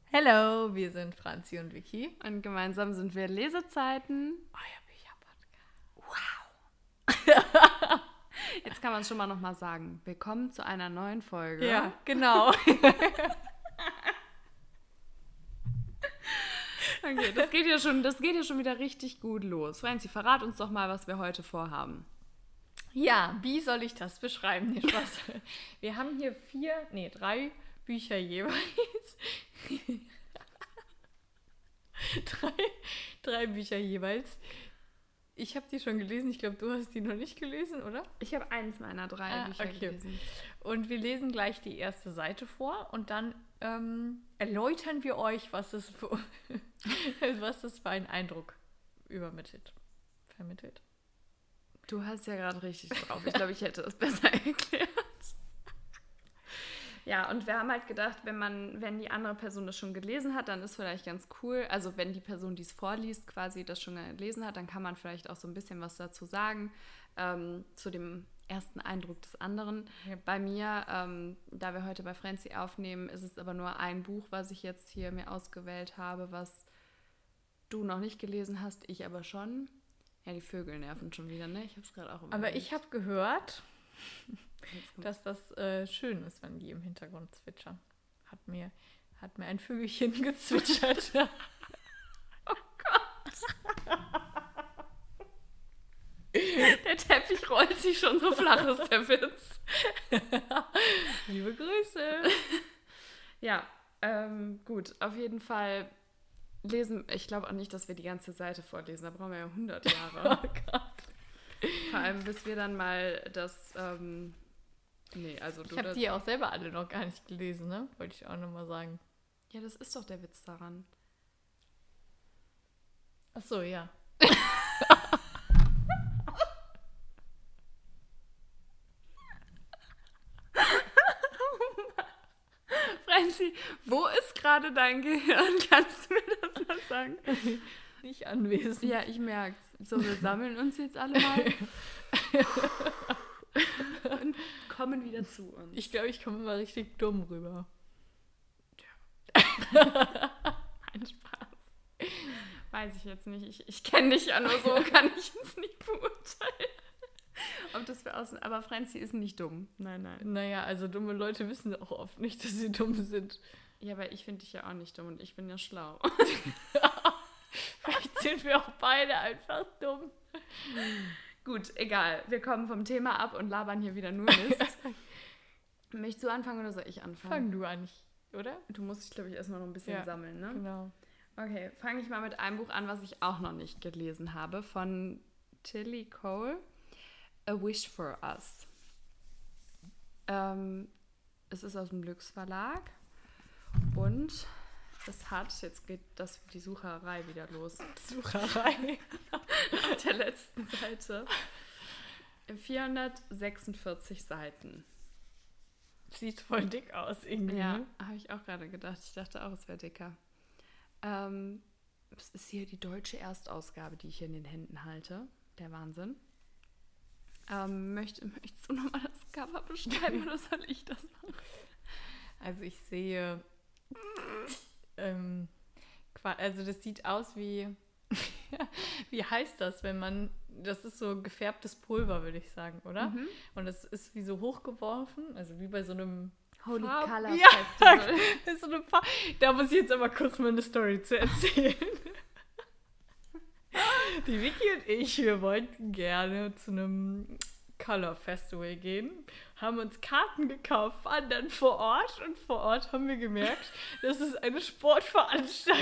Hello, wir sind Franzi und Vicky. Und gemeinsam sind wir Lesezeiten. Euer Bücherpodcast. Wow. Jetzt kann man es schon mal nochmal sagen. Willkommen zu einer neuen Folge. Ja, genau. Okay, das geht ja schon wieder richtig gut los. Franzi, verrat uns doch mal, was wir heute vorhaben. Ja, wie soll ich das beschreiben? Nee, Spaß. Wir haben hier 3 Bücher jeweils. drei Bücher jeweils. Ich habe die schon gelesen. Ich glaube, du hast die noch nicht gelesen, oder? Ich habe eins meiner 3 Bücher gelesen. Und wir lesen gleich die erste Seite vor und dann erläutern wir euch, was das für einen Eindruck vermittelt. Du hast ja gerade richtig drauf. Ich glaube, ich hätte das besser erklärt. Ja, und wir haben halt gedacht, wenn die andere Person das schon gelesen hat, dann ist vielleicht ganz cool. Also wenn die Person, die es vorliest, quasi das schon gelesen hat, dann kann man vielleicht auch so ein bisschen was dazu sagen, zu dem ersten Eindruck des anderen. Ja. Bei mir, da wir heute bei Franzi aufnehmen, ist es aber nur ein Buch, was ich jetzt hier mir ausgewählt habe, was du noch nicht gelesen hast, ich aber schon. Ja, die Vögel nerven schon wieder, ne? Ich habe es gerade auch Aber ich habe gehört, dass das schön ist, wenn die im Hintergrund zwitschern. Hat mir ein Vögelchen gezwitschert. Oh Gott. Der Teppich rollt sich schon so flach, ist der Witz. Liebe Grüße. Ja, gut, auf jeden Fall lesen. Ich glaube auch nicht, dass wir die ganze Seite vorlesen. Da brauchen wir ja 100 Jahre. Oh Gott. Vor allem, bis wir dann mal das... ich habe die auch selber alle noch gar nicht gelesen, ne? Wollte ich auch nochmal sagen. Ja, das ist doch der Witz daran. Ach so, ja. Franzi, wo ist gerade dein Gehirn? Kannst du mir das mal sagen? Nicht anwesend. Ja, ich merke es. So, wir sammeln uns jetzt alle mal. Und kommen wieder zu uns. Ich glaube, ich komme immer richtig dumm rüber. Ein Spaß. Weiß ich jetzt nicht. Ich kenne dich ja nur so, kann ich es nicht beurteilen. Ob das für außen. Aber Franzi ist nicht dumm. Nein. Naja, also dumme Leute wissen auch oft nicht, dass sie dumm sind. Ja, aber ich finde dich ja auch nicht dumm und ich bin ja schlau. Vielleicht sind wir auch beide einfach dumm. Gut, egal. Wir kommen vom Thema ab und labern hier wieder nur Mist. Möchtest du anfangen oder soll ich anfangen? Fang du an, oder? Du musst dich, glaube ich, erstmal noch ein bisschen sammeln, ne? Genau. Okay, fange ich mal mit einem Buch an, was ich auch noch nicht gelesen habe, von Tilly Cole, A Wish for Us. Es ist aus dem Lüx Verlag und es hat, jetzt geht die Sucherei wieder los. Sucherei? Auf der letzten Seite. 446 Seiten. Sieht voll dick aus irgendwie. Ja, habe ich auch gerade gedacht. Ich dachte auch, es wäre dicker. Es ist hier die deutsche Erstausgabe, die ich hier in den Händen halte. Der Wahnsinn. Möchtest du nochmal das Cover beschreiben oder soll ich das machen? Also ich sehe... also das sieht aus wie... wie heißt das, wenn man... Das ist so gefärbtes Pulver, würde ich sagen, oder? Mhm. Und das ist wie so hochgeworfen, also wie bei so einem... Holy Color Festival. Ja, so eine da muss ich jetzt aber kurz mal eine Story zu erzählen. Die Vicky und ich, wir wollten gerne zu einem Color Festival gehen, haben uns Karten gekauft, waren dann vor Ort und vor Ort haben wir gemerkt, dass es eine Sportveranstaltung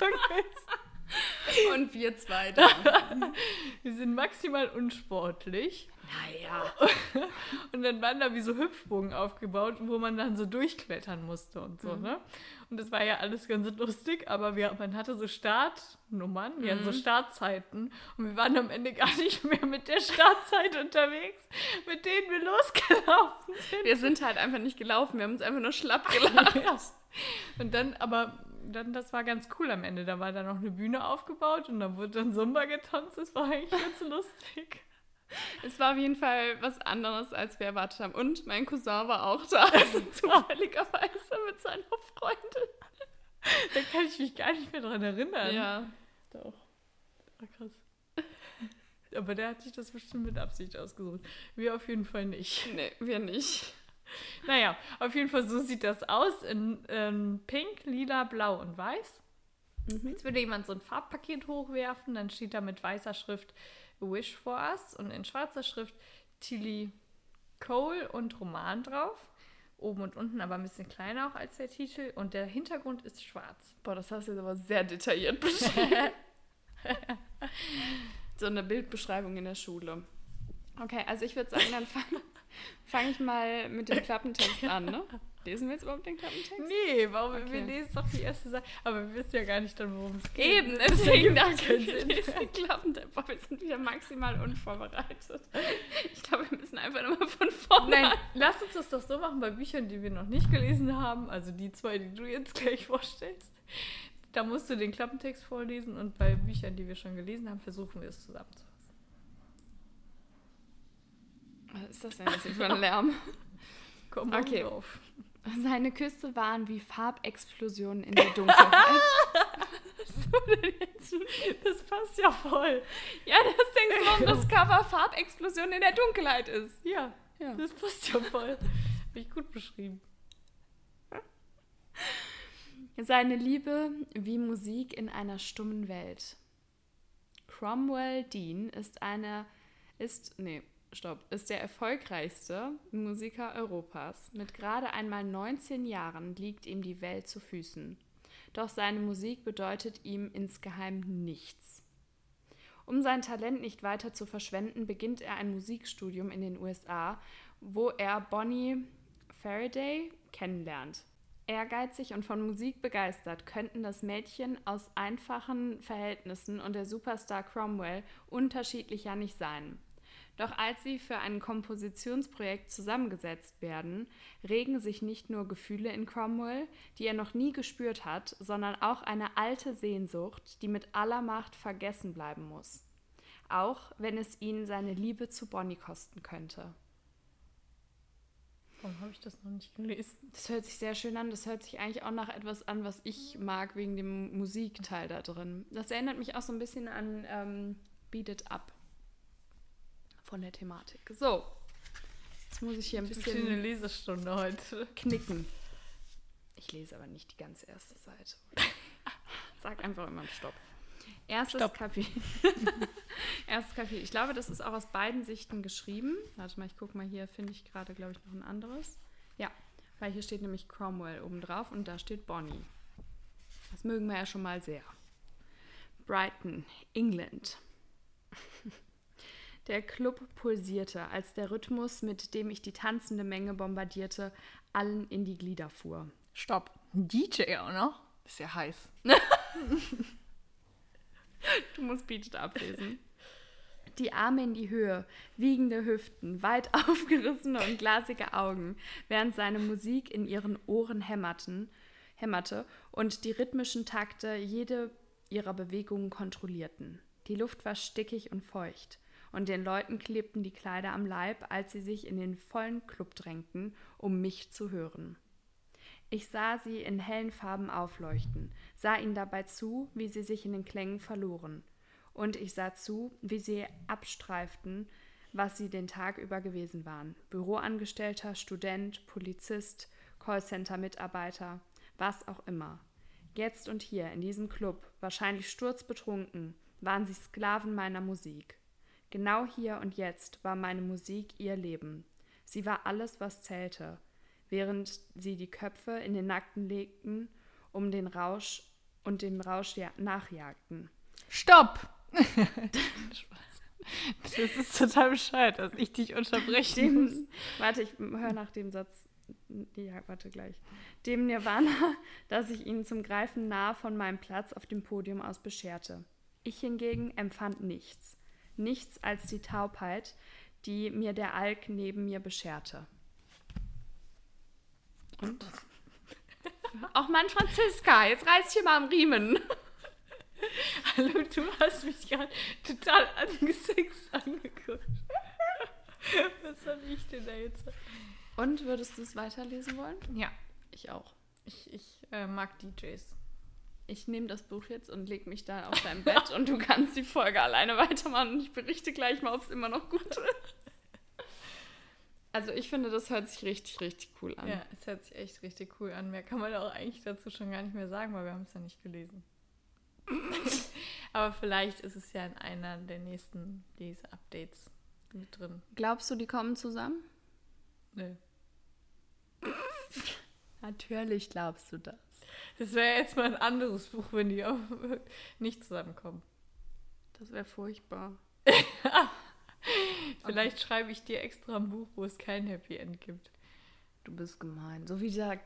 ist. Und wir zwei dann. Wir sind maximal unsportlich. Naja. Und dann waren da wie so Hüpfbogen aufgebaut, wo man dann so durchklettern musste und so, ne? Und das war ja alles ganz lustig, aber man hatte so Startnummern, so Startzeiten. Und wir waren am Ende gar nicht mehr mit der Startzeit unterwegs, mit denen wir losgelaufen sind. Wir sind halt einfach nicht gelaufen, wir haben uns einfach nur schlapp gelacht. Und dann, das war ganz cool am Ende. Da war dann noch eine Bühne aufgebaut und da wurde dann Zumba getanzt. Das war eigentlich ganz lustig. Es war auf jeden Fall was anderes, als wir erwartet haben. Und mein Cousin war auch da, also zufälligerweise mit seiner Freundin. Da kann ich mich gar nicht mehr dran erinnern. Ja, doch. Ach, krass. Aber der hat sich das bestimmt mit Absicht ausgesucht. Wir auf jeden Fall nicht. Nee, wir nicht. Naja, auf jeden Fall so sieht das aus in Pink, Lila, Blau und Weiß. Jetzt würde jemand so ein Farbpaket hochwerfen, dann steht da mit weißer Schrift A Wish for Us und in schwarzer Schrift Tilly Cole und Roman drauf. Oben und unten aber ein bisschen kleiner auch als der Titel und der Hintergrund ist schwarz. Boah, das hast du jetzt aber sehr detailliert beschrieben. So eine Bildbeschreibung in der Schule. Okay, also ich würde sagen, dann fange ich mal mit dem Klappentext an, ne? Lesen wir jetzt überhaupt den Klappentext? Nee, warum? Okay. Wir lesen doch die erste Seite. Aber wir wissen ja gar nicht dann, worum es geht. Eben, deswegen dachte ich, wir lesen den Klappentext. Boah, wir sind wieder maximal unvorbereitet. Ich glaube, wir müssen einfach nochmal von vorne. Nein, lass uns das doch so machen bei Büchern, die wir noch nicht gelesen haben. Also die 2, die du jetzt gleich vorstellst. Da musst du den Klappentext vorlesen und bei Büchern, die wir schon gelesen haben, versuchen wir es zusammenzufassen. Was ist das denn jetzt für ein Lärm? Komm Okay. drauf. Seine Küsse waren wie Farbexplosionen in der Dunkelheit. Das passt ja voll. Ja, das denkst du, warum das Cover Farbexplosionen in der Dunkelheit ist. Ja, Ja. das passt ja voll. Habe ich gut beschrieben. Seine Liebe wie Musik in einer stummen Welt. Cromwell Dean ist der erfolgreichste Musiker Europas. Mit gerade einmal 19 Jahren liegt ihm die Welt zu Füßen. Doch seine Musik bedeutet ihm insgeheim nichts. Um sein Talent nicht weiter zu verschwenden, beginnt er ein Musikstudium in den USA, wo er Bonnie Faraday kennenlernt. Ehrgeizig und von Musik begeistert, könnten das Mädchen aus einfachen Verhältnissen und der Superstar Cromwell unterschiedlicher nicht sein. Doch als sie für ein Kompositionsprojekt zusammengesetzt werden, regen sich nicht nur Gefühle in Cromwell, die er noch nie gespürt hat, sondern auch eine alte Sehnsucht, die mit aller Macht vergessen bleiben muss. Auch wenn es ihn seine Liebe zu Bonnie kosten könnte. Warum habe ich das noch nicht gelesen? Das hört sich sehr schön an. Das hört sich eigentlich auch nach etwas an, was ich mag, wegen dem Musikteil da drin. Das erinnert mich auch so ein bisschen an Beat It Up von der Thematik. So, jetzt muss ich hier ein bisschen eine Lesestunde heute. knicken. Ich lese aber nicht die ganze erste Seite. Sag einfach immer Stopp. Erstes Stopp. Kapitel. Erstes Kapitel. Ich glaube, das ist auch aus beiden Sichten geschrieben. Warte mal, ich gucke mal hier, finde ich gerade, glaube ich, noch ein anderes. Ja, weil hier steht nämlich Cromwell oben drauf und da steht Bonnie. Das mögen wir ja schon mal sehr. Brighton, England. Der Club pulsierte, als der Rhythmus, mit dem ich die tanzende Menge bombardierte, allen in die Glieder fuhr. Stopp. Ein DJ auch noch? Ist ja heiß. Du musst Beat It Up lesen. Die Arme in die Höhe, wiegende Hüften, weit aufgerissene und glasige Augen, während seine Musik in ihren Ohren hämmerte und die rhythmischen Takte jede ihrer Bewegungen kontrollierten. Die Luft war stickig und feucht. Und den Leuten klebten die Kleider am Leib, als sie sich in den vollen Club drängten, um mich zu hören. Ich sah sie in hellen Farben aufleuchten, sah ihnen dabei zu, wie sie sich in den Klängen verloren. Und ich sah zu, wie sie abstreiften, was sie den Tag über gewesen waren. Büroangestellter, Student, Polizist, Callcenter-Mitarbeiter, was auch immer. Jetzt und hier, in diesem Club, wahrscheinlich sturzbetrunken, waren sie Sklaven meiner Musik. Genau hier und jetzt war meine Musik ihr Leben. Sie war alles, was zählte, während sie die Köpfe in den Nacken legten, um dem Rausch nachjagten. Stopp! Das ist total bescheuert, dass ich dich unterbrechen muss. Warte, ich höre nach dem Satz. Ja, warte gleich. Dem Nirvana, das ich ihnen zum Greifen nahe von meinem Platz auf dem Podium aus bescherte. Ich hingegen empfand nichts. Nichts als die Taubheit, die mir der Alk neben mir bescherte. Und? Auch Mann, Franziska, jetzt reiß ich hier mal am Riemen. Hallo, du hast mich gerade total angesext angeguckt. Was soll ich denn da jetzt? Und, würdest du es weiterlesen wollen? Ja, Ich auch. ich mag DJs. ich nehme das Buch jetzt und leg mich da auf dein Bett und du kannst die Folge alleine weitermachen und ich berichte gleich mal, ob es immer noch gut ist. Also ich finde, das hört sich richtig, richtig cool an. Ja, es hört sich echt richtig cool an. Mehr kann man auch eigentlich dazu schon gar nicht mehr sagen, weil wir haben es ja nicht gelesen. Aber vielleicht ist es ja in einer der nächsten Lese-Updates mit drin. Glaubst du, die kommen zusammen? Nö. Natürlich glaubst du das. Das wäre jetzt mal ein anderes Buch, wenn die auch nicht zusammenkommen. Das wäre furchtbar. Vielleicht schreibe ich dir extra ein Buch, wo es kein Happy End gibt. Du bist gemein. So wie dieser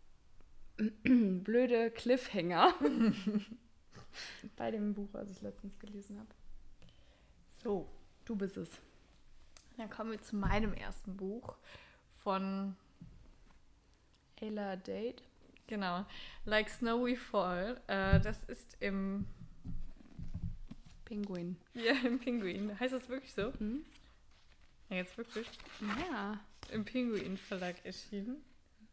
blöde Cliffhanger bei dem Buch, was ich letztens gelesen habe. So, du bist es. Dann kommen wir zu meinem ersten Buch von Ayla Date. Genau, Like Snow We Fall. Das ist im Pinguin. Ja, im Pinguin. Heißt das wirklich so? Mhm. Ja, jetzt wirklich? Ja. Im Pinguin Verlag erschienen.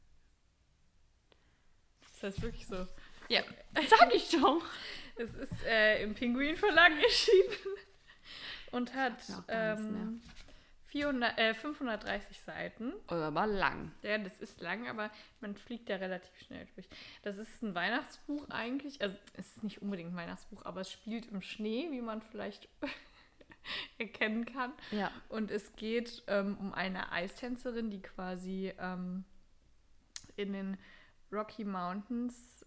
Das heißt wirklich so. Ja, sag ich doch. Es ist im Pinguin Verlag erschienen und hat 530 Seiten. Aber lang. Ja, das ist lang, aber man fliegt da relativ schnell durch. Das ist ein Weihnachtsbuch eigentlich. Also es ist nicht unbedingt ein Weihnachtsbuch, aber es spielt im Schnee, wie man vielleicht erkennen kann. Ja. Und es geht um eine Eistänzerin, die quasi in den Rocky Mountains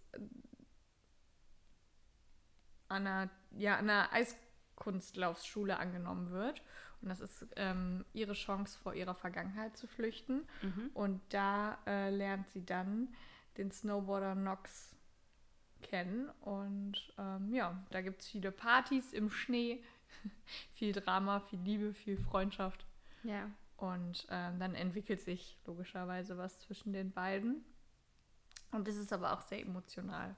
an einer Eiskunstlaufschule angenommen wird. Und das ist ihre Chance, vor ihrer Vergangenheit zu flüchten. Mhm. Und da lernt sie dann den Snowboarder Knox kennen. Und da gibt es viele Partys im Schnee, viel Drama, viel Liebe, viel Freundschaft. Ja. Und dann entwickelt sich logischerweise was zwischen den beiden. Und das ist aber auch sehr emotional.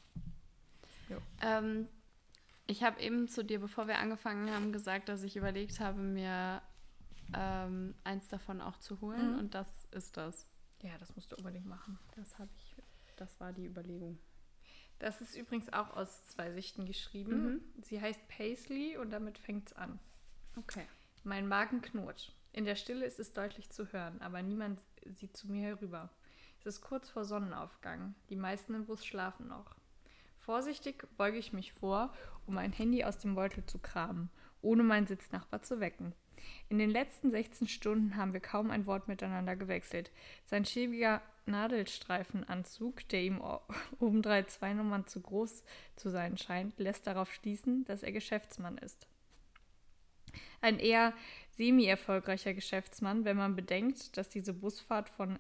Ich habe eben zu dir, bevor wir angefangen haben, gesagt, dass ich überlegt habe, mir eins davon auch zu holen. Und das ist das. Ja, das musst du unbedingt machen. Das war die Überlegung. Das ist übrigens auch aus 2 Sichten geschrieben. Sie heißt Paisley und damit fängt es an. Okay. Mein Magen knurrt. In der Stille ist es deutlich zu hören, aber niemand sieht zu mir herüber. Es ist kurz vor Sonnenaufgang. Die meisten im Bus schlafen noch. Vorsichtig beuge ich mich vor, um mein Handy aus dem Beutel zu kramen, ohne meinen Sitznachbar zu wecken. In den letzten 16 Stunden haben wir kaum ein Wort miteinander gewechselt. Sein schäbiger Nadelstreifenanzug, der ihm obendrein 2 Nummern zu groß zu sein scheint, lässt darauf schließen, dass er Geschäftsmann ist. Ein eher semi-erfolgreicher Geschäftsmann, wenn man bedenkt, dass diese Busfahrt von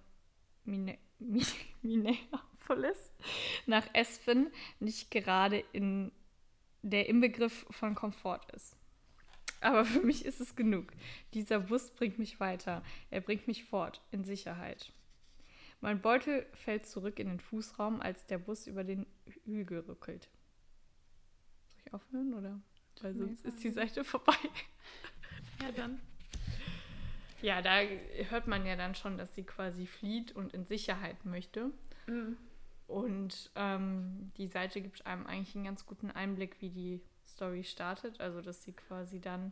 Minneapolis nach Aspen nicht gerade der Inbegriff von Komfort ist. Aber für mich ist es genug. Dieser Bus bringt mich weiter. Er bringt mich fort, in Sicherheit. Mein Beutel fällt zurück in den Fußraum, als der Bus über den Hügel rückelt. Soll ich aufhören, oder? Weil sonst ist die Seite vorbei. Ja, dann. Ja, da hört man ja dann schon, dass sie quasi flieht und in Sicherheit möchte. Mhm. Und die Seite gibt einem eigentlich einen ganz guten Einblick, wie die Story startet. Also, dass sie quasi dann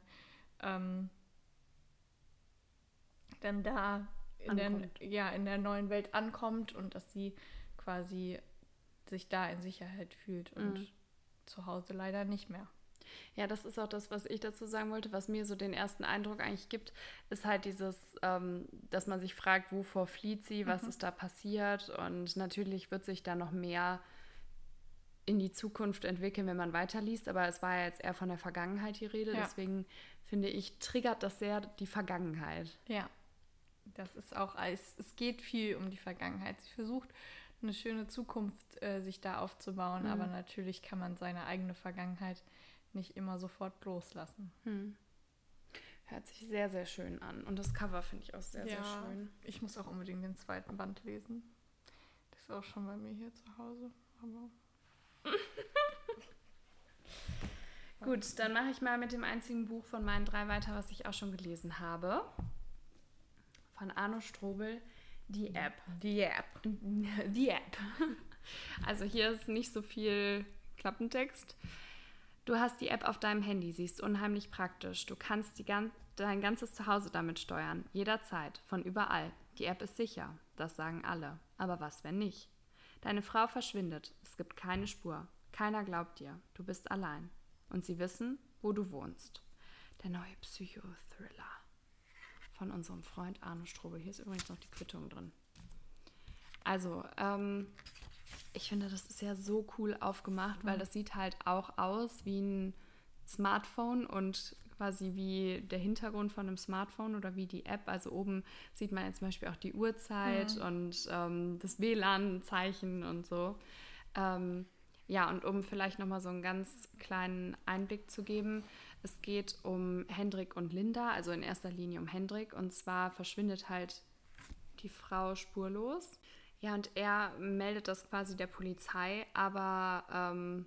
da in der neuen Welt ankommt und dass sie quasi sich da in Sicherheit fühlt und zu Hause leider nicht mehr. Ja, das ist auch das, was ich dazu sagen wollte, was mir so den ersten Eindruck eigentlich gibt, ist halt dieses, dass man sich fragt, wovor flieht sie, was ist da passiert, und natürlich wird sich da noch mehr in die Zukunft entwickeln, wenn man weiterliest, aber es war ja jetzt eher von der Vergangenheit die Rede, deswegen finde ich, triggert das sehr die Vergangenheit. Ja, das ist auch, es geht viel um die Vergangenheit. Sie versucht, eine schöne Zukunft sich da aufzubauen, aber natürlich kann man seine eigene Vergangenheit nicht immer sofort loslassen. Hört sich sehr, sehr schön an. Und das Cover finde ich auch sehr, sehr schön. Ich muss auch unbedingt den 2. Band lesen. Das ist auch schon bei mir hier zu Hause. Aber Gut, dann mache ich mal mit dem einzigen Buch von meinen 3 weiter, was ich auch schon gelesen habe. Von Arno Strobel, Die App. Die App. Die App. Also hier ist nicht so viel Klappentext. Du hast die App auf deinem Handy, sie ist unheimlich praktisch. Du kannst dein ganzes Zuhause damit steuern, jederzeit, von überall. Die App ist sicher, das sagen alle. Aber was, wenn nicht? Deine Frau verschwindet, es gibt keine Spur. Keiner glaubt dir, du bist allein. Und sie wissen, wo du wohnst. Der neue Psychothriller von unserem Freund Arno Strobel. Hier ist übrigens noch die Quittung drin. Also, ich finde, das ist ja so cool aufgemacht, weil das sieht halt auch aus wie ein Smartphone und quasi wie der Hintergrund von einem Smartphone oder wie die App. Also oben sieht man jetzt zum Beispiel auch die Uhrzeit und das WLAN-Zeichen und so. Ja, und um vielleicht nochmal so einen ganz kleinen Einblick zu geben, es geht um Hendrik und Linda, also in erster Linie um Hendrik. Und zwar verschwindet halt die Frau spurlos. Ja, und er meldet das quasi der Polizei, aber Mann,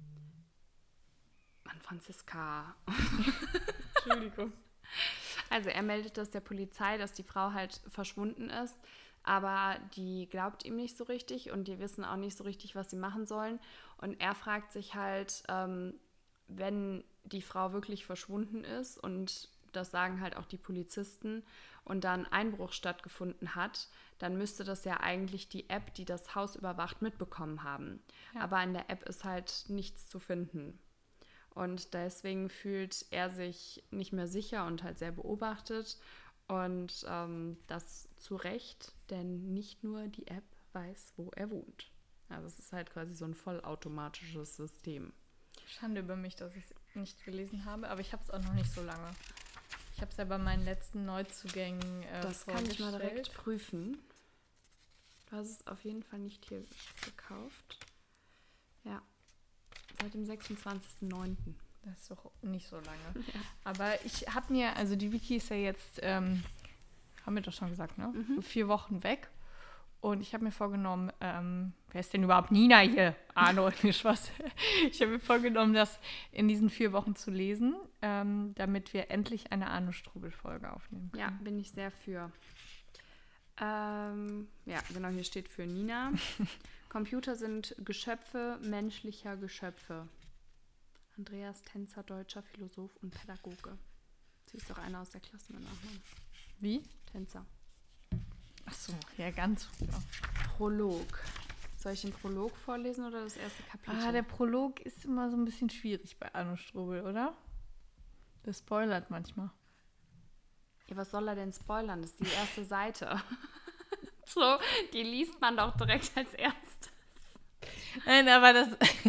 Franziska. Entschuldigung. Also er meldet das der Polizei, dass die Frau halt verschwunden ist, aber die glaubt ihm nicht so richtig und die wissen auch nicht so richtig, was sie machen sollen. Und er fragt sich halt, wenn die Frau wirklich verschwunden ist und das sagen halt auch die Polizisten und dann Einbruch stattgefunden hat, dann müsste das ja eigentlich die App, die das Haus überwacht, mitbekommen haben. Ja. Aber in der App ist halt nichts zu finden. Und deswegen fühlt er sich nicht mehr sicher und halt sehr beobachtet. Und das zu Recht, denn nicht nur die App weiß, wo er wohnt. Also es ist halt quasi so ein vollautomatisches System. Schande über mich, dass ich es nicht gelesen habe, aber ich habe es auch noch nicht so lange. Ich habe es ja bei meinen letzten Neuzugängen Das kann ich mal direkt prüfen. Du hast es auf jeden Fall nicht hier gekauft. Ja, seit dem 26.09. Das ist doch nicht so lange. Ja. Aber ich habe mir, also die Wiki ist ja jetzt, haben wir doch schon gesagt, ne? 4 Wochen weg. Und ich habe mir vorgenommen, wer ist denn überhaupt Nina hier? Arno, Spaß. Ich habe mir vorgenommen, das in diesen 4 Wochen zu lesen, damit wir endlich eine Arno Strobel-Folge aufnehmen können. Ja, bin ich sehr für. Ja, genau, hier steht für Nina. Computer sind Geschöpfe menschlicher Geschöpfe. Andreas Tänzer, deutscher Philosoph und Pädagoge. Sie ist doch einer aus der Klasse mit Nachnamen. Wie? Tänzer. Ach so, ja, ganz früher. Prolog. Soll ich den Prolog vorlesen oder das erste Kapitel? Der Prolog ist immer so ein bisschen schwierig bei Arno Strobel, oder? Das spoilert manchmal. Ja, was soll er denn spoilern? Das ist die erste Seite. So, die liest man doch direkt als erstes. Nein, aber das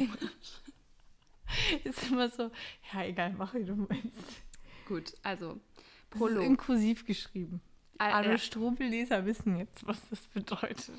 ist immer so, ja, egal, mach wie du meinst. Gut, also Prolog. Das ist inklusiv geschrieben. Arno Strobel-Leser wissen jetzt, was das bedeutet.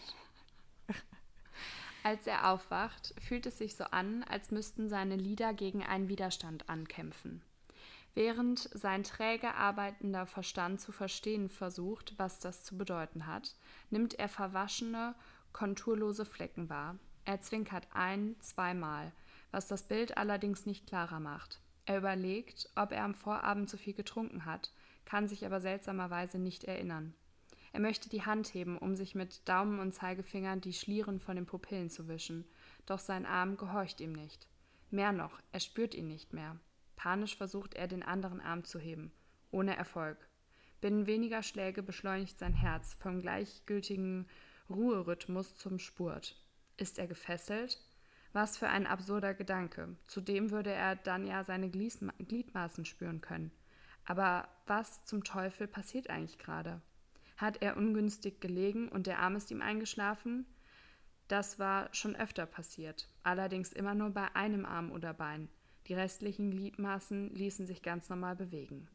Als er aufwacht, fühlt es sich so an, als müssten seine Lider gegen einen Widerstand ankämpfen. Während sein träge arbeitender Verstand zu verstehen versucht, was das zu bedeuten hat, nimmt er verwaschene, konturlose Flecken wahr. Er zwinkert 1-, 2-mal, was das Bild allerdings nicht klarer macht. Er überlegt, ob er am Vorabend zu viel getrunken hat, kann sich aber seltsamerweise nicht erinnern. Er möchte die Hand heben, um sich mit Daumen und Zeigefingern die Schlieren von den Pupillen zu wischen, doch sein Arm gehorcht ihm nicht. Mehr noch, er spürt ihn nicht mehr. Panisch versucht er, den anderen Arm zu heben. Ohne Erfolg. Binnen weniger Schläge beschleunigt sein Herz vom gleichgültigen Ruherhythmus zum Spurt. Ist er gefesselt? Was für ein absurder Gedanke. Zudem würde er dann ja seine Gliedmaßen spüren können. Aber was zum Teufel passiert eigentlich gerade? Hat er ungünstig gelegen und der Arm ist ihm eingeschlafen? Das war schon öfter passiert, allerdings immer nur bei einem Arm oder Bein. Die restlichen Gliedmaßen ließen sich ganz normal bewegen.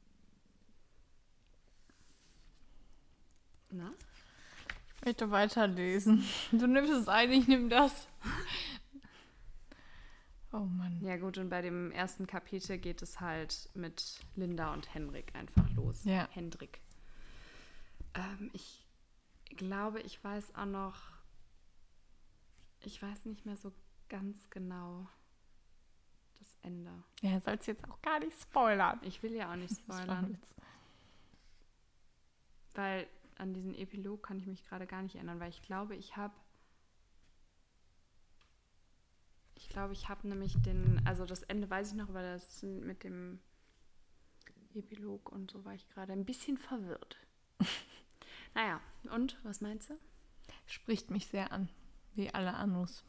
Na? Ich möchte weiterlesen. Du nimmst es ein, ich nehme das. Oh Mann. Ja gut, und bei dem ersten Kapitel geht es halt mit Linda und Henrik einfach los. Ja. Hendrik. Ich glaube, ich weiß auch noch, ich weiß nicht mehr so ganz genau das Ende. Ja, sollst jetzt auch gar nicht spoilern. Ich will ja auch nicht spoilern. Weil an diesen Epilog kann ich mich gerade gar nicht erinnern, weil ich glaube, ich glaube, ich habe nämlich also das Ende weiß ich noch, aber das mit dem Epilog und so war ich gerade ein bisschen verwirrt. Naja, und, was meinst du? Spricht mich sehr an, wie alle Anus.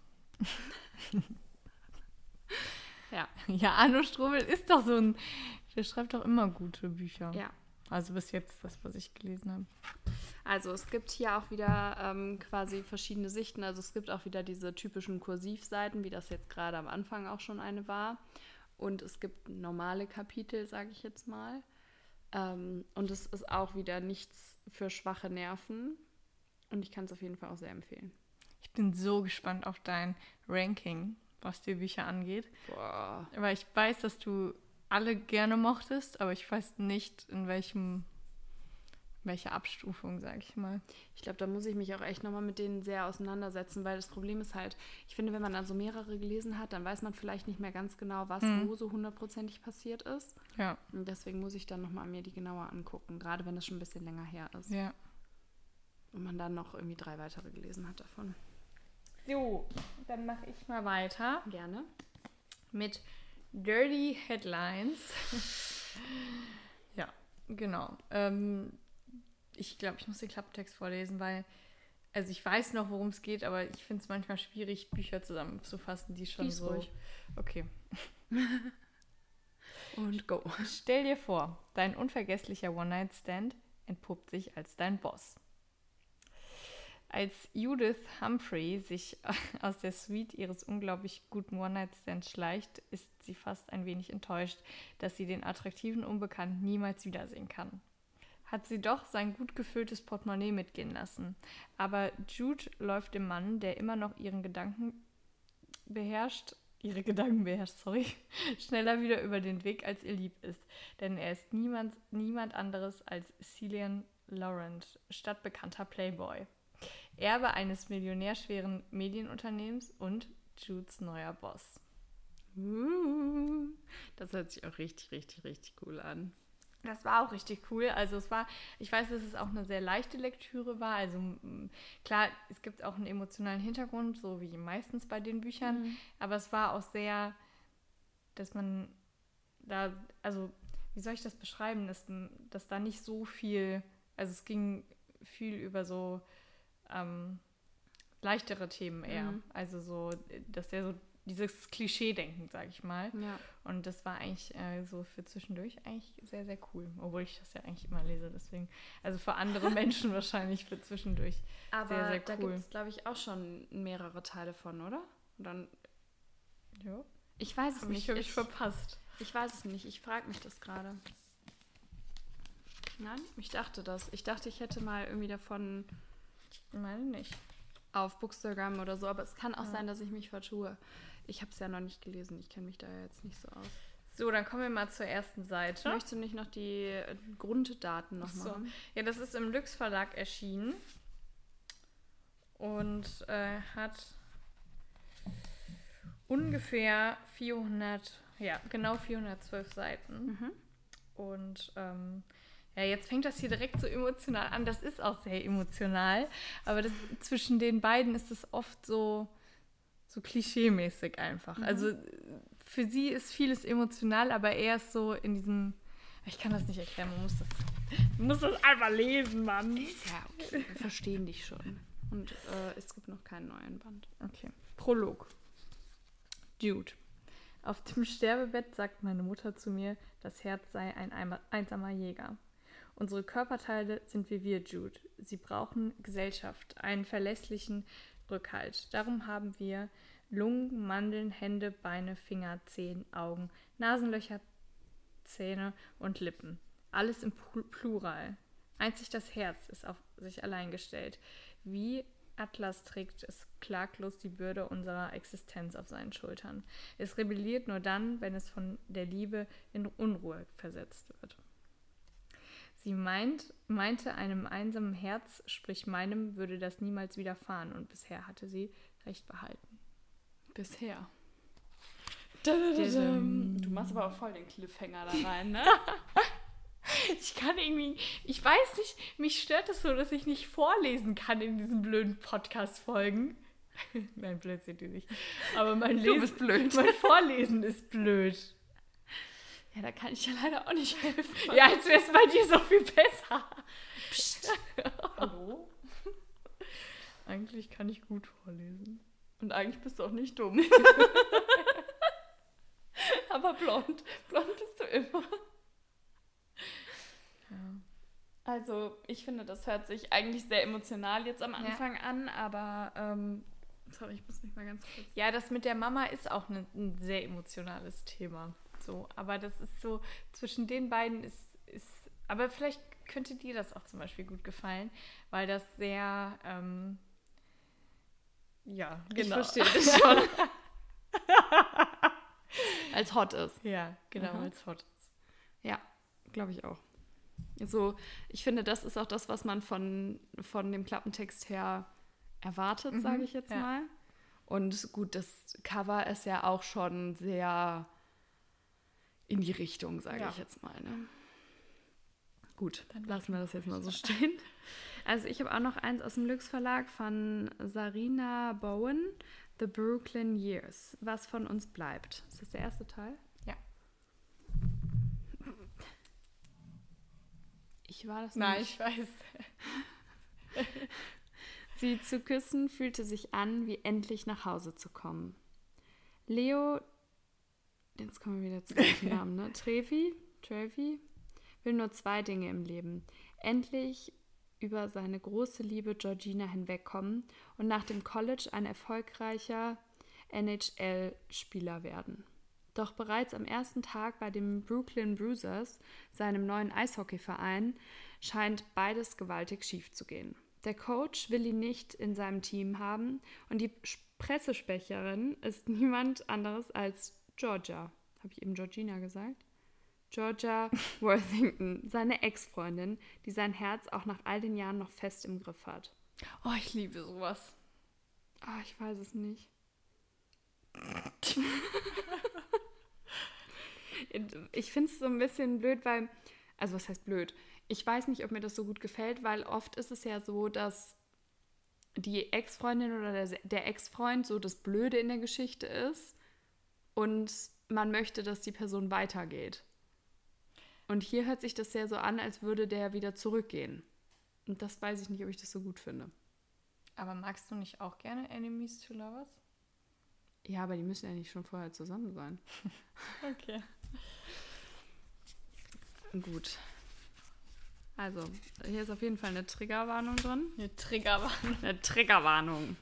Ja. Ja, Arno Strobel ist doch so ein, der schreibt doch immer gute Bücher. Ja. Also bis jetzt das, was ich gelesen habe. Also es gibt hier auch wieder quasi verschiedene Sichten. Also es gibt auch wieder diese typischen Kursivseiten, wie das jetzt gerade am Anfang auch schon eine war. Und es gibt normale Kapitel, sage ich jetzt mal. Und es ist auch wieder nichts für schwache Nerven. Und ich kann es auf jeden Fall auch sehr empfehlen. Ich bin so gespannt auf dein Ranking, was die Bücher angeht. Boah. Weil ich weiß, dass du alle gerne mochtest, aber ich weiß nicht, in welche Abstufung, sag ich mal. Ich glaube, da muss ich mich auch echt nochmal mit denen sehr auseinandersetzen, weil das Problem ist halt, ich finde, wenn man dann so mehrere gelesen hat, dann weiß man vielleicht nicht mehr ganz genau, was wo so hundertprozentig passiert ist. Ja. Und deswegen muss ich dann nochmal mir die genauer angucken, gerade wenn das schon ein bisschen länger her ist. Ja. Und man dann noch irgendwie 3 weitere gelesen hat davon. So, dann mache ich mal weiter Gerne. mit Dirty Headlines. Ja, genau. Ich glaube, ich muss den Klapptext vorlesen, weil, also ich weiß noch, worum es geht, aber ich finde es manchmal schwierig, Bücher zusammenzufassen, die schon Lies so... ruhig. Okay. Und go. Stell dir vor, dein unvergesslicher One-Night-Stand entpuppt sich als dein Boss. Als Judith Humphrey sich aus der Suite ihres unglaublich guten One-Night-Stands schleicht, ist sie fast ein wenig enttäuscht, dass sie den attraktiven Unbekannten niemals wiedersehen kann. Hat sie doch sein gut gefülltes Portemonnaie mitgehen lassen. Aber Jude läuft dem Mann, der immer noch ihre Gedanken beherrscht, schneller wieder über den Weg, als ihr lieb ist. Denn er ist niemand anderes als Cillian Laurent, stadtbekannter Playboy. Erbe eines millionärschweren Medienunternehmens und Judes neuer Boss. Das hört sich auch richtig, richtig, richtig cool an. Das war auch richtig cool. Also ich weiß, dass es auch eine sehr leichte Lektüre war. Also klar, es gibt auch einen emotionalen Hintergrund, so wie meistens bei den Büchern. Aber es war auch sehr, dass man da, also wie soll ich das beschreiben, dass da nicht so viel, also es ging viel über so leichtere Themen eher. Also so, dass der so dieses Klischee-Denken, sag ich mal. Ja. Und das war eigentlich so für zwischendurch eigentlich sehr, sehr cool. Obwohl ich das ja eigentlich immer lese, deswegen. Also für andere Menschen wahrscheinlich für zwischendurch Aber sehr, sehr cool. da gibt es, glaube ich, auch schon mehrere Teile von, oder? Und dann, ja. ich weiß es nicht. Habe ich verpasst. Ich weiß es nicht. Ich frage mich das gerade. Nein? Ich dachte das. Ich dachte, ich hätte mal irgendwie davon... Ich meine nicht. Auf Bookstagram oder so. Aber es kann auch sein, dass ich mich vertue. Ich habe es ja noch nicht gelesen. Ich kenne mich da jetzt nicht so aus. So, dann kommen wir mal zur ersten Seite. Möchtest du nicht noch die Grunddaten noch machen? Ja, das ist im Lüx Verlag erschienen. Und hat ungefähr 412 Seiten. Und ja, jetzt fängt das hier direkt so emotional an. Das ist auch sehr emotional. Aber zwischen den beiden ist es oft so klischeemäßig einfach. Also für sie ist vieles emotional, aber er ist so in diesem... Ich kann das nicht erklären, man muss das einfach lesen, Mann. Ist ja okay, wir verstehen dich schon. Und es gibt noch keinen neuen Band. Okay. Prolog. Jude. Auf dem Sterbebett sagt meine Mutter zu mir, das Herz sei ein einsamer Jäger. Unsere Körperteile sind wie wir, Jude. Sie brauchen Gesellschaft, einen verlässlichen Rückhalt. Darum haben wir Lungen, Mandeln, Hände, Beine, Finger, Zehen, Augen, Nasenlöcher, Zähne und Lippen. Alles im Plural. Einzig das Herz ist auf sich allein gestellt. Wie Atlas trägt es klaglos die Bürde unserer Existenz auf seinen Schultern. Es rebelliert nur dann, wenn es von der Liebe in Unruhe versetzt wird. Sie meinte, einem einsamen Herz, sprich meinem, würde das niemals widerfahren. Und bisher hatte sie recht behalten. Bisher. Du machst aber auch voll den Cliffhanger da rein, ne? Ich weiß nicht, mich stört es so, dass ich nicht vorlesen kann in diesen blöden Podcast-Folgen. Nein, plötzlich nicht. Aber mein Du bist blöd. Mein Vorlesen ist blöd. Ja, da kann ich ja leider auch nicht helfen. Ja, als wäre es bei dir so viel besser. Psst. Hallo? Eigentlich kann ich gut vorlesen. Und eigentlich bist du auch nicht dumm. Aber blond. Blond bist du immer. Ja. Also, ich finde, das hört sich eigentlich sehr emotional jetzt am Anfang an, aber, sorry, ich muss mich mal ganz kurz... Ja, das mit der Mama ist auch ein sehr emotionales Thema. So, aber das ist so, zwischen den beiden ist, aber vielleicht könnte dir das auch zum Beispiel gut gefallen, weil das sehr, ja, genau. Ich verstehe das schon. Als hot ist. Ja, genau, als hot ist. Ja, glaube ich auch. So, ich finde, das ist auch das, was man von dem Klappentext her erwartet, sage ich jetzt mal. Und gut, das Cover ist ja auch schon sehr in die Richtung, sage ich jetzt mal. Ne? Gut, dann lassen wir das jetzt mal so stehen. Also ich habe auch noch eins aus dem Lux Verlag von Sarina Bowen, The Brooklyn Years. Was von uns bleibt. Ist das der erste Teil? Ja. Ich war das Nein, nicht. ich weiß. Sie zu küssen fühlte sich an, wie endlich nach Hause zu kommen. Leo, jetzt kommen wir wieder zu dem Namen, ne? Trevi will nur 2 Dinge im Leben. Endlich über seine große Liebe Georgina hinwegkommen und nach dem College ein erfolgreicher NHL-Spieler werden. Doch bereits am ersten Tag bei den Brooklyn Bruisers, seinem neuen Eishockeyverein, scheint beides gewaltig schief zu gehen. Der Coach will ihn nicht in seinem Team haben und die Pressesprecherin ist niemand anderes als Georgia. Habe ich eben Georgina gesagt? Georgia Worthington, seine Ex-Freundin, die sein Herz auch nach all den Jahren noch fest im Griff hat. Oh, ich liebe sowas. Ah, ich weiß es nicht. Ich finde es so ein bisschen blöd, weil, also was heißt blöd? Ich weiß nicht, ob mir das so gut gefällt, weil oft ist es ja so, dass die Ex-Freundin oder der Ex-Freund so das Blöde in der Geschichte ist und man möchte, dass die Person weitergeht. Und hier hört sich das sehr so an, als würde der wieder zurückgehen. Und das weiß ich nicht, ob ich das so gut finde. Aber magst du nicht auch gerne Enemies to Lovers? Ja, aber die müssen ja nicht schon vorher zusammen sein. Okay. Gut. Also, hier ist auf jeden Fall eine Triggerwarnung drin. Eine Triggerwarnung. Eine Triggerwarnung.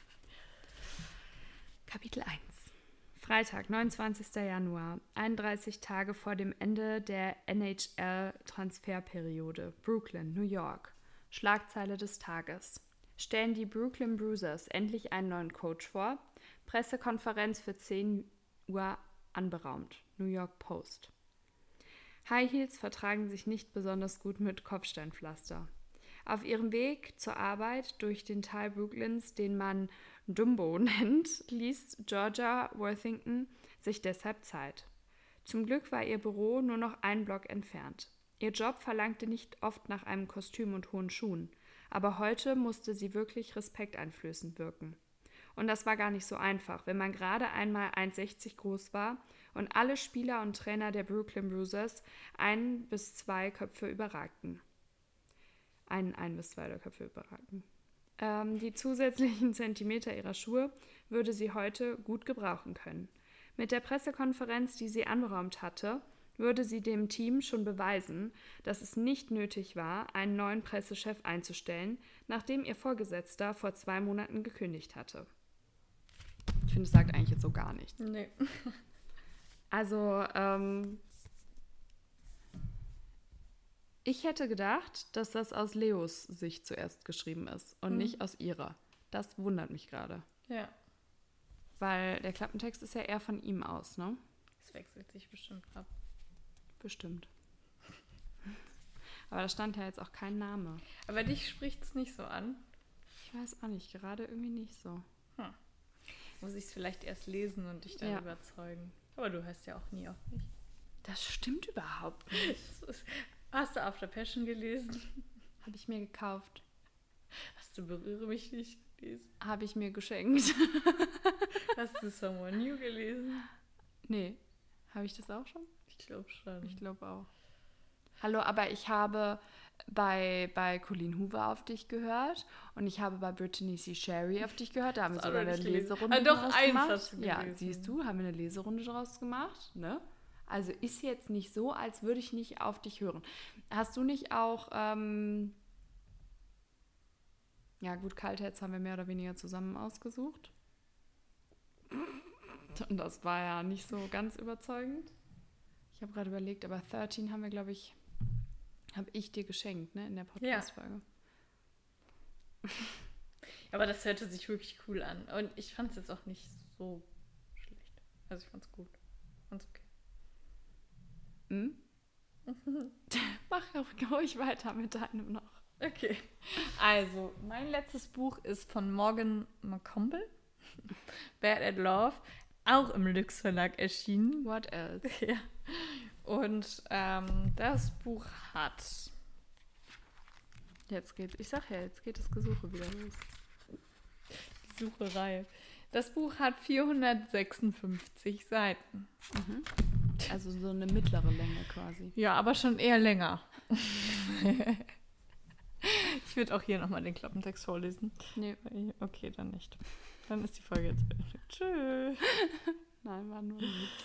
Kapitel 1. Freitag, 29. Januar, 31 Tage vor dem Ende der NHL-Transferperiode. Brooklyn, New York. Schlagzeile des Tages. Stellen die Brooklyn Bruisers endlich einen neuen Coach vor? Pressekonferenz für 10 Uhr anberaumt. New York Post. High Heels vertragen sich nicht besonders gut mit Kopfsteinpflaster. Auf ihrem Weg zur Arbeit durch den Teil Brooklyns, den man Dumbo nennt, ließ Georgia Worthington sich deshalb Zeit. Zum Glück war ihr Büro nur noch einen Block entfernt. Ihr Job verlangte nicht oft nach einem Kostüm und hohen Schuhen, aber heute musste sie wirklich respekteinflößend wirken. Und das war gar nicht so einfach, wenn man gerade einmal 1,60 groß war und alle Spieler und Trainer der Brooklyn Bruisers 1 bis 2 Köpfe überragten. Ein bis zwei Köpfe überragten. Die zusätzlichen Zentimeter ihrer Schuhe würde sie heute gut gebrauchen können. Mit der Pressekonferenz, die sie anberaumt hatte, würde sie dem Team schon beweisen, dass es nicht nötig war, einen neuen Pressechef einzustellen, nachdem ihr Vorgesetzter vor 2 Monaten gekündigt hatte. Ich finde, es sagt eigentlich jetzt so gar nichts. Nee. Also, ich hätte gedacht, dass das aus Leos Sicht zuerst geschrieben ist und nicht aus ihrer. Das wundert mich gerade. Ja. Weil der Klappentext ist ja eher von ihm aus, ne? Das wechselt sich bestimmt ab. Bestimmt. Aber da stand ja jetzt auch kein Name. Aber dich spricht es nicht so an. Ich weiß auch nicht, gerade irgendwie nicht so. Muss ich es vielleicht erst lesen und dich dann überzeugen. Aber du hörst ja auch nie auf mich. Das stimmt überhaupt nicht. Hast du After Passion gelesen? Habe ich mir gekauft. Hast du Berühre mich nicht gelesen? Habe ich mir geschenkt. Hast du Someone New gelesen? Nee. Habe ich das auch schon? Ich glaube schon. Ich glaube auch. Hallo, aber ich habe bei Colleen Hoover auf dich gehört und ich habe bei Brittany C. Sherry auf dich gehört. Da haben wir sogar eine Leserunde draus gemacht. Hast du gelesen. Ja, siehst du, haben wir eine Leserunde draus gemacht, ne? Also ist jetzt nicht so, als würde ich nicht auf dich hören. Hast du nicht auch, ja gut, Kaltheads haben wir mehr oder weniger zusammen ausgesucht. Und das war ja nicht so ganz überzeugend. Ich habe gerade überlegt, aber 13 haben wir, glaube ich, habe ich dir geschenkt, ne, in der Podcast-Folge. Ja. Aber das hörte sich wirklich cool an. Und ich fand es jetzt auch nicht so schlecht. Also ich fand es gut. Fand's okay. Mach ruhig weiter mit deinem noch. Okay. Also, mein letztes Buch ist von Morgan McConville. Bad at Love. Auch im Lüx Verlag erschienen. What else? Ja. Und das Buch hat... Jetzt geht das Gesuche wieder los. Die Sucherei. Das Buch hat 456 Seiten. Mhm. Also so eine mittlere Länge quasi. Ja, aber schon eher länger. Ich würde auch hier nochmal den Klappentext vorlesen. Nee. Okay, dann nicht. Dann ist die Folge jetzt beendet. Tschüss. Nein, war nur ein Witz.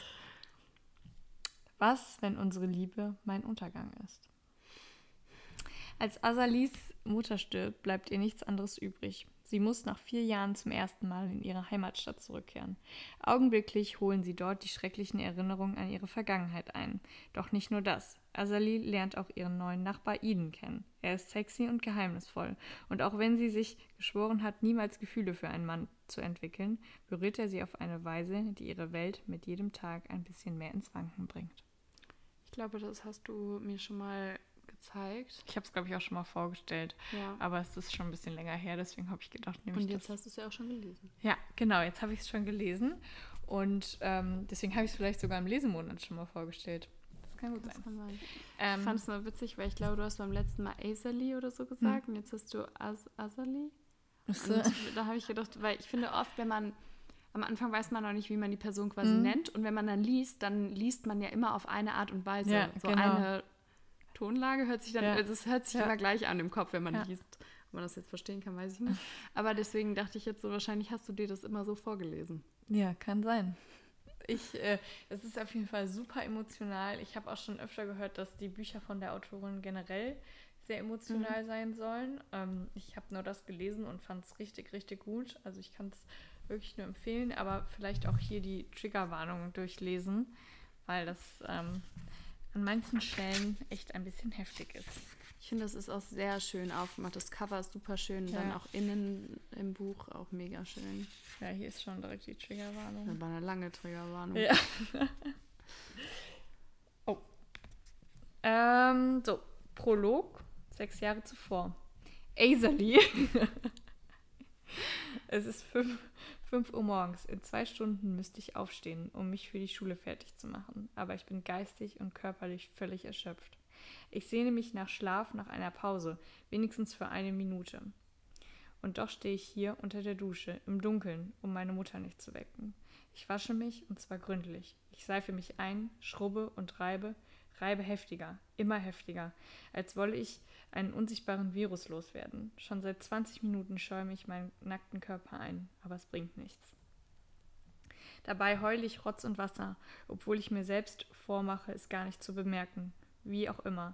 Was, wenn unsere Liebe mein Untergang ist? Als Azalis Mutter stirbt, bleibt ihr nichts anderes übrig. Sie muss nach 4 Jahren zum ersten Mal in ihre Heimatstadt zurückkehren. Augenblicklich holen sie dort die schrecklichen Erinnerungen an ihre Vergangenheit ein. Doch nicht nur das. Azali lernt auch ihren neuen Nachbar Eden kennen. Er ist sexy und geheimnisvoll. Und auch wenn sie sich geschworen hat, niemals Gefühle für einen Mann zu entwickeln, berührt er sie auf eine Weise, die ihre Welt mit jedem Tag ein bisschen mehr ins Wanken bringt. Ich glaube, das hast du mir schon mal gezeigt. Ich habe es, glaube ich, auch schon mal vorgestellt. Ja. Aber es ist schon ein bisschen länger her, deswegen habe ich gedacht, nehme ich Und jetzt das. hast du es ja auch schon gelesen. Ja, genau, jetzt habe ich es schon gelesen. Und deswegen habe ich es vielleicht sogar im Lesemonat schon mal vorgestellt. Das kann gut sein. Kann sein. Ich fand es nur witzig, weil ich glaube, du hast beim letzten Mal Azali oder so gesagt und jetzt hast du Azali. So. Da habe ich gedacht, weil ich finde oft, wenn man am Anfang weiß man noch nicht, wie man die Person quasi nennt und wenn man dann liest man ja immer auf eine Art und Weise. Ja, so genau. eine Tonlage hört sich dann, also es hört sich Ja. immer gleich an im Kopf, wenn man Ja. liest. Ob man das jetzt verstehen kann, weiß ich nicht. Aber deswegen dachte ich jetzt so, wahrscheinlich hast du dir das immer so vorgelesen. Ja, kann sein. Es ist auf jeden Fall super emotional. Ich habe auch schon öfter gehört, dass die Bücher von der Autorin generell sehr emotional sein sollen. Ich habe nur das gelesen und fand es richtig, richtig gut. Also ich kann es wirklich nur empfehlen, aber vielleicht auch hier die Triggerwarnung durchlesen, weil das an manchen Stellen echt ein bisschen heftig ist. Ich finde, das ist auch sehr schön aufgemacht. Das Cover ist super schön. Ja. Dann auch innen im Buch auch mega schön. Ja, hier ist schon direkt die Triggerwarnung. Das war eine lange Triggerwarnung. Ja. Oh. So, Prolog, 6 Jahre zuvor. Azali. Es ist 5 Uhr morgens. In 2 Stunden müsste ich aufstehen, um mich für die Schule fertig zu machen. Aber ich bin geistig und körperlich völlig erschöpft. Ich sehne mich nach Schlaf, nach einer Pause, wenigstens für 1 Minute. Und doch stehe ich hier unter der Dusche, im Dunkeln, um meine Mutter nicht zu wecken. Ich wasche mich, und zwar gründlich. Ich seife mich ein, schrubbe und reibe heftiger, immer heftiger, als wolle ich einen unsichtbaren Virus loswerden. Schon seit 20 Minuten schäume ich meinen nackten Körper ein, aber es bringt nichts. Dabei heule ich Rotz und Wasser, obwohl ich mir selbst vormache, es gar nicht zu bemerken. Wie auch immer.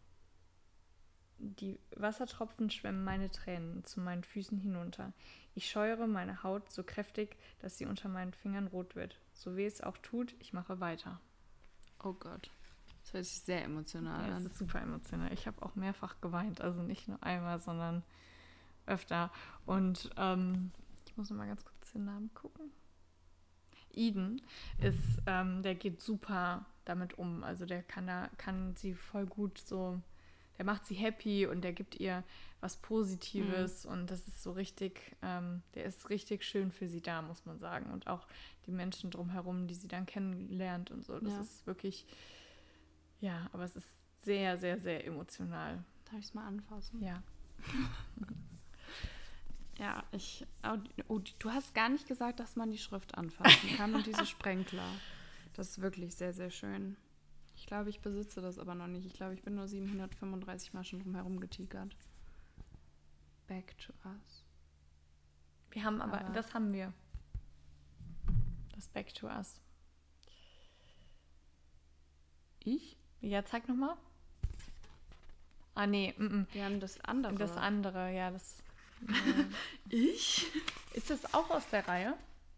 Die Wassertropfen schwemmen meine Tränen zu meinen Füßen hinunter. Ich scheuere meine Haut so kräftig, dass sie unter meinen Fingern rot wird. So weh es auch tut, ich mache weiter. Oh Gott. Das hört sich sehr emotional Ja, an. das ist super emotional. Ich habe auch mehrfach geweint. Also nicht nur einmal, sondern öfter. Und ich muss noch mal ganz kurz den Namen gucken. Eden ist, der geht super damit um. Also der kann sie voll gut so, der macht sie happy und der gibt ihr was Positives und das ist so richtig, der ist richtig schön für sie da, muss man sagen. Und auch die Menschen drumherum, die sie dann kennenlernt und so. Das ist wirklich, ja, aber es ist sehr, sehr, sehr emotional. Darf ich es mal anfassen? Ja. Ja, du hast gar nicht gesagt, dass man die Schrift anfassen kann und diese Sprenkler. Das ist wirklich sehr, sehr schön. Ich glaube, ich besitze das aber noch nicht. Ich glaube, ich bin nur 735 Mal schon drum herum getigert. Back to Us. Wir haben aber das haben wir. Das Back to Us. Ich? Ja, zeig nochmal. Ah, nee. Wir haben das andere. Das andere, ja. Das. Ich? Ist das auch aus der Reihe?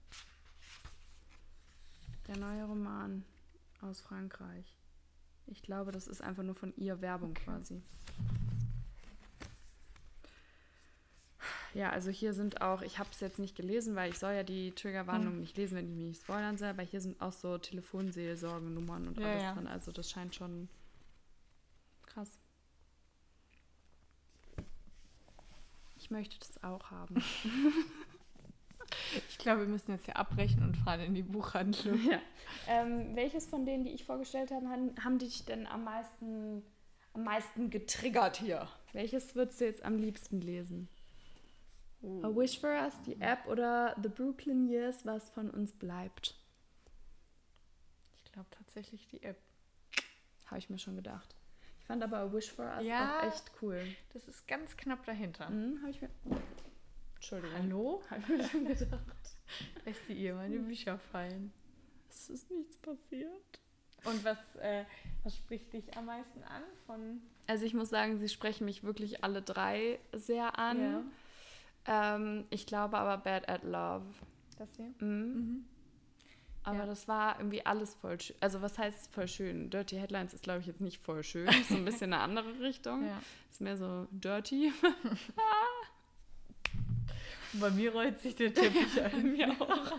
Der neue Roman aus Frankreich. Ich glaube, das ist einfach nur von ihr Werbung quasi. Ja, also hier sind auch, ich habe es jetzt nicht gelesen, weil ich soll ja die Triggerwarnung nicht lesen, wenn ich mich nicht spoilern soll, aber hier sind auch so Telefonseelsorgennummern und alles drin. Also das scheint schon krass. Ich möchte das auch haben. Ich glaube, wir müssen jetzt hier abbrechen und fahren in die Buchhandlung. Ja. Welches von denen, die ich vorgestellt habe, haben dich denn am meisten getriggert hier? Welches würdest du jetzt am liebsten lesen? A Wish for Us, die App oder The Brooklyn Years, was von uns bleibt? Ich glaube tatsächlich die App. Habe ich mir schon gedacht. Ich fand aber A Wish for Us auch echt cool. Das ist ganz knapp dahinter. Habe ich mir... Entschuldigung. Hallo? Habe ich mir schon gedacht. Lässt die ihr meine Bücher fallen. Es ist nichts passiert. Und was spricht dich am meisten an? Also ich muss sagen, sie sprechen mich wirklich alle drei sehr an. Ja. Ich glaube aber Bad at Love. Das hier? Aber das war irgendwie alles voll schön. Also was heißt voll schön? Dirty Headlines ist, glaube ich, jetzt nicht voll schön. Ist so ein bisschen eine andere Richtung. Ja. Ist mehr so dirty. Bei mir rollt sich der Teppich ein. Bei mir auch.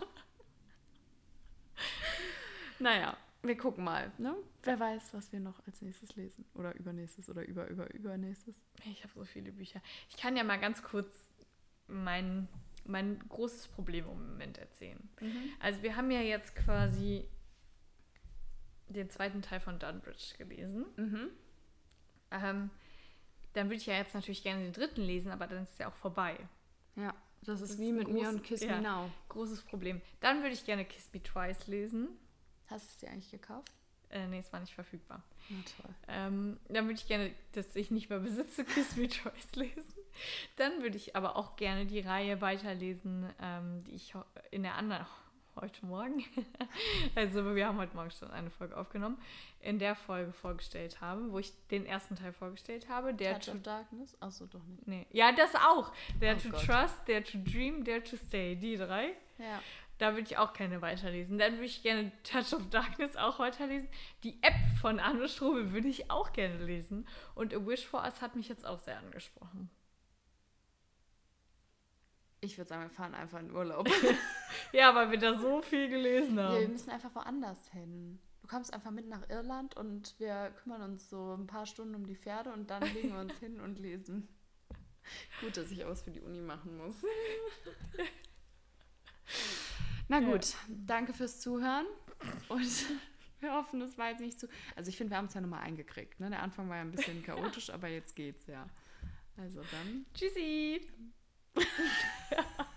Naja, wir gucken mal. Ne? Wer weiß, was wir noch als nächstes lesen. Oder übernächstes oder übernächstes. Ich habe so viele Bücher. Ich kann ja mal ganz kurz mein großes Problem im Moment erzählen. Also wir haben ja jetzt quasi den zweiten Teil von Dunbridge gelesen. Dann würde ich ja jetzt natürlich gerne den dritten lesen, aber dann ist es ja auch vorbei. Ja, das ist wie mit mir und Kiss Me Now. Großes Problem. Dann würde ich gerne Kiss Me Twice lesen. Hast du es dir eigentlich gekauft? Nee, es war nicht verfügbar. Na toll. Dann würde ich gerne, das ich nicht mehr besitze, Kiss Me Twice lesen. Dann würde ich aber auch gerne die Reihe weiterlesen, die ich in der anderen, heute Morgen, also wir haben heute Morgen schon eine Folge aufgenommen, in der Folge vorgestellt habe, wo ich den ersten Teil vorgestellt habe. Der Touch of Darkness? Achso, doch nicht. Nee. Ja, das auch. Der to Trust, der to Dream, der to Stay, die drei. Ja. Da würde ich auch keine weiterlesen. Dann würde ich gerne Touch of Darkness auch weiterlesen. Die App von Arno Strobel würde ich auch gerne lesen. Und A Wish for Us hat mich jetzt auch sehr angesprochen. Ich würde sagen, wir fahren einfach in Urlaub. Ja, weil wir da so viel gelesen haben. Ja, wir müssen einfach woanders hin. Du kommst einfach mit nach Irland und wir kümmern uns so ein paar Stunden um die Pferde und dann legen wir uns hin und lesen. Gut, dass ich auch was für die Uni machen muss. Na gut, danke fürs Zuhören und wir hoffen, es war jetzt nicht zu... Also ich finde, wir haben es ja nochmal eingekriegt. Ne? Der Anfang war ja ein bisschen chaotisch, aber jetzt geht's ja. Also dann... Tschüssi!